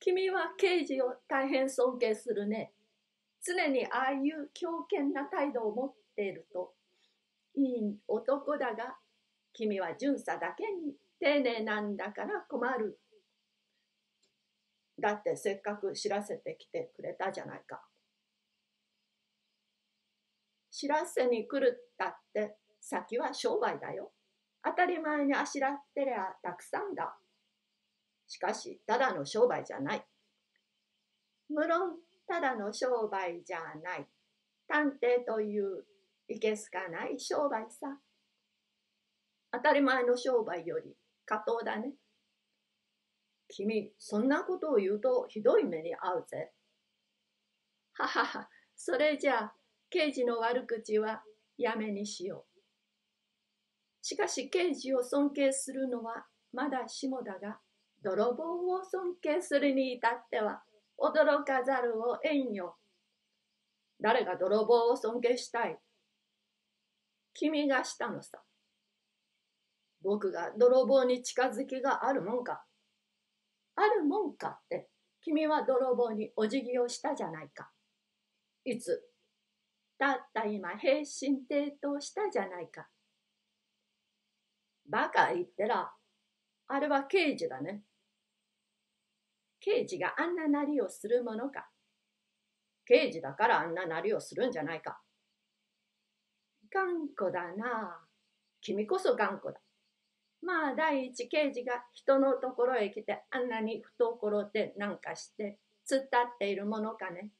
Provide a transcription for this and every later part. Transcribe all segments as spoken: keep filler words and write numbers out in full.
君は刑事を大変尊敬するね。常にああいう強健な態度を持っているといい男だが、君は巡査だけに丁寧なんだから困る。だってせっかく知らせてきてくれたじゃないか。知らせに来るったって先は商売だよ。当たり前にあしらってりゃたくさんだ。しかしただの商売じゃない。無論ただの商売じゃない。探偵といういけすかない商売さ。当たり前の商売より下等だね。君、そんなことを言うとひどい目に遭うぜ。ははは、それじゃあ刑事の悪口はやめにしよう。しかし刑事を尊敬するのはまだしもだが、泥棒を尊敬するに至っては驚かざるをえんよ。誰が泥棒を尊敬したい？君がしたのさ。僕が泥棒に近づきがあるもんか。あるもんかって、君は泥棒にお辞儀をしたじゃないか。いつ？たった今、平身低頭したじゃないか。バカ言ってら、あれは刑事だね。刑事があんななりをするものか。刑事だからあんななりをするんじゃないか。頑固だな。君こそ頑固だ。まあ第一刑事が人のところへ来てあんなに懐でなんかして突っ立っているものかね。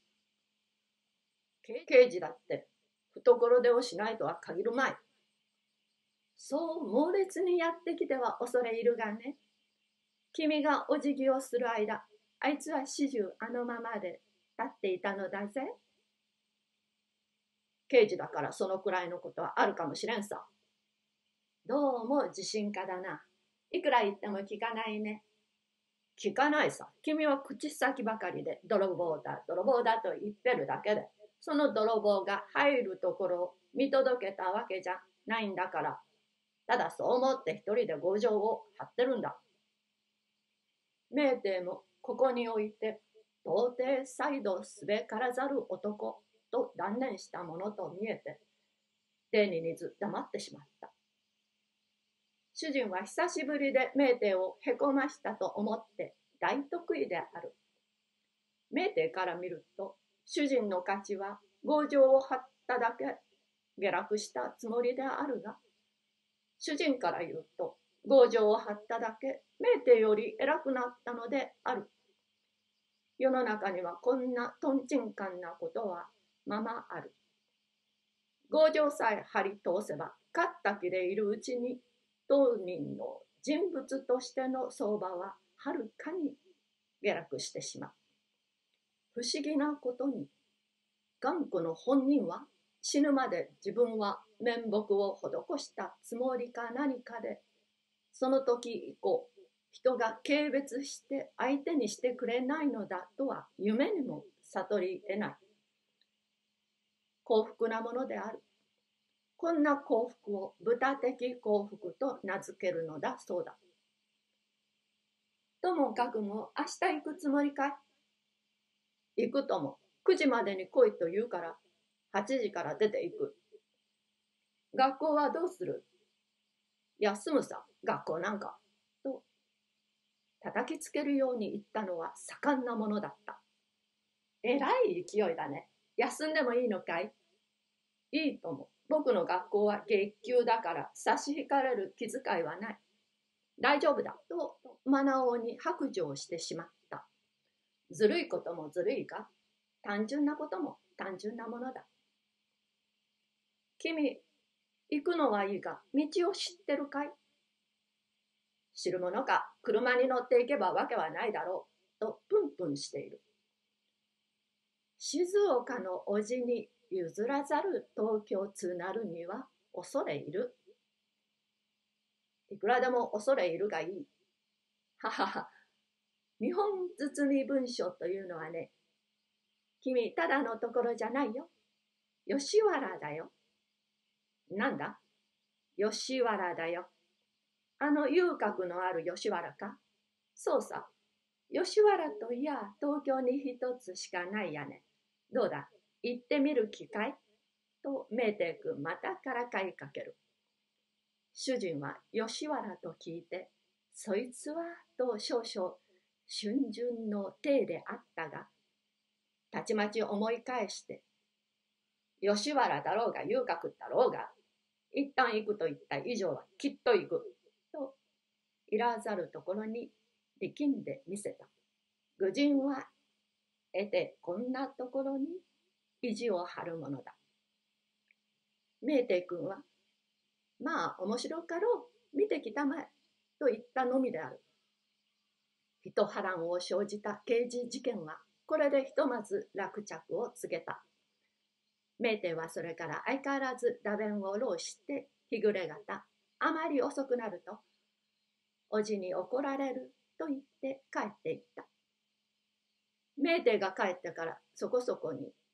刑事だって懐手をしないとは限るまい。そう猛烈にやってきては恐れ入るがね。君がお辞儀をする間、あいつは始終あのままで立っていたのだぜ。刑事だからそのくらいのことはあるかもしれんさ。どうも自信家だな。いくら言っても聞かないね。聞かないさ。君は口先ばかりで泥棒だ、泥棒だと言ってるだけで、その泥棒が入るところを見届けたわけじゃないんだから、ただそう思って一人で強情を張ってるんだ。名帝もここにおいて到底再度すべからざる男と断念したものと見えて、帝に似ず黙ってしまった。主人は久しぶりで名帝をへこましたと思って大得意である。名帝から見ると主人の価値は強情を張っただけ下落したつもりであるが、主人から言うと強情を張っただけ名帝より偉くなったのである。世の中にはこんなとんちんかんなことはままある。強情さえ張り通せば勝った気でいるうちに当人の人物としての相場ははるかに下落してしまう。不思議なことに頑固の本人は死ぬまで自分は面目を施したつもりか何かで、その時以降人が軽蔑して相手にしてくれないのだとは夢にも悟り得ない。幸福なものである。こんな幸福を豚的幸福と名付けるのだそうだ。ともかくも明日行くつもりかい？行くともくじまでに来いと言うからはちじから出て行く。学校はどうする？休むさ、学校なんか。と叩きつけるように言ったのは盛んなものだった。えらい勢いだね。休んでもいいのかい？いいとも。僕の学校は月給だから差し引かれる気遣いはない。大丈夫だとマナオに白状してしまった。ずるいこともずるいが、単純なことも単純なものだ。君、行くのはいいが、道を知ってるかい？知るものか、車に乗っていけばわけはないだろう、とプンプンしている。静岡の叔父に譲らざる東京津なるには恐れいる。いくらでも恐れいるがいい。ははは。日本包み文書というのはね、君ただのところじゃないよ。吉原だよ。なんだ？吉原だよ。あの遊郭のある吉原か？そうさ。 吉原といや東京に一つしかないやね。どうだ、行ってみる気かいと明帝君またからかいかける。主人は吉原と聞いて、そいつはと少々春巡の体であったが、たちまち思い返して、吉原だろうが遊郭だろうが、一旦行くと言った以上はきっと行くといらざるところに力んでみせた。愚人は得てこんなところに意地を張るものだ。明帝君は、まあ面白かろう、見てきたまえと言ったのみである。一波乱を生じた刑事事件はこれでひとまず落着を告げた。明帝はそれから相変わらず打弁を浪して日暮れ方、あまり遅くなるとおじに怒られると言って帰っていった。明帝が帰ってからそこそこに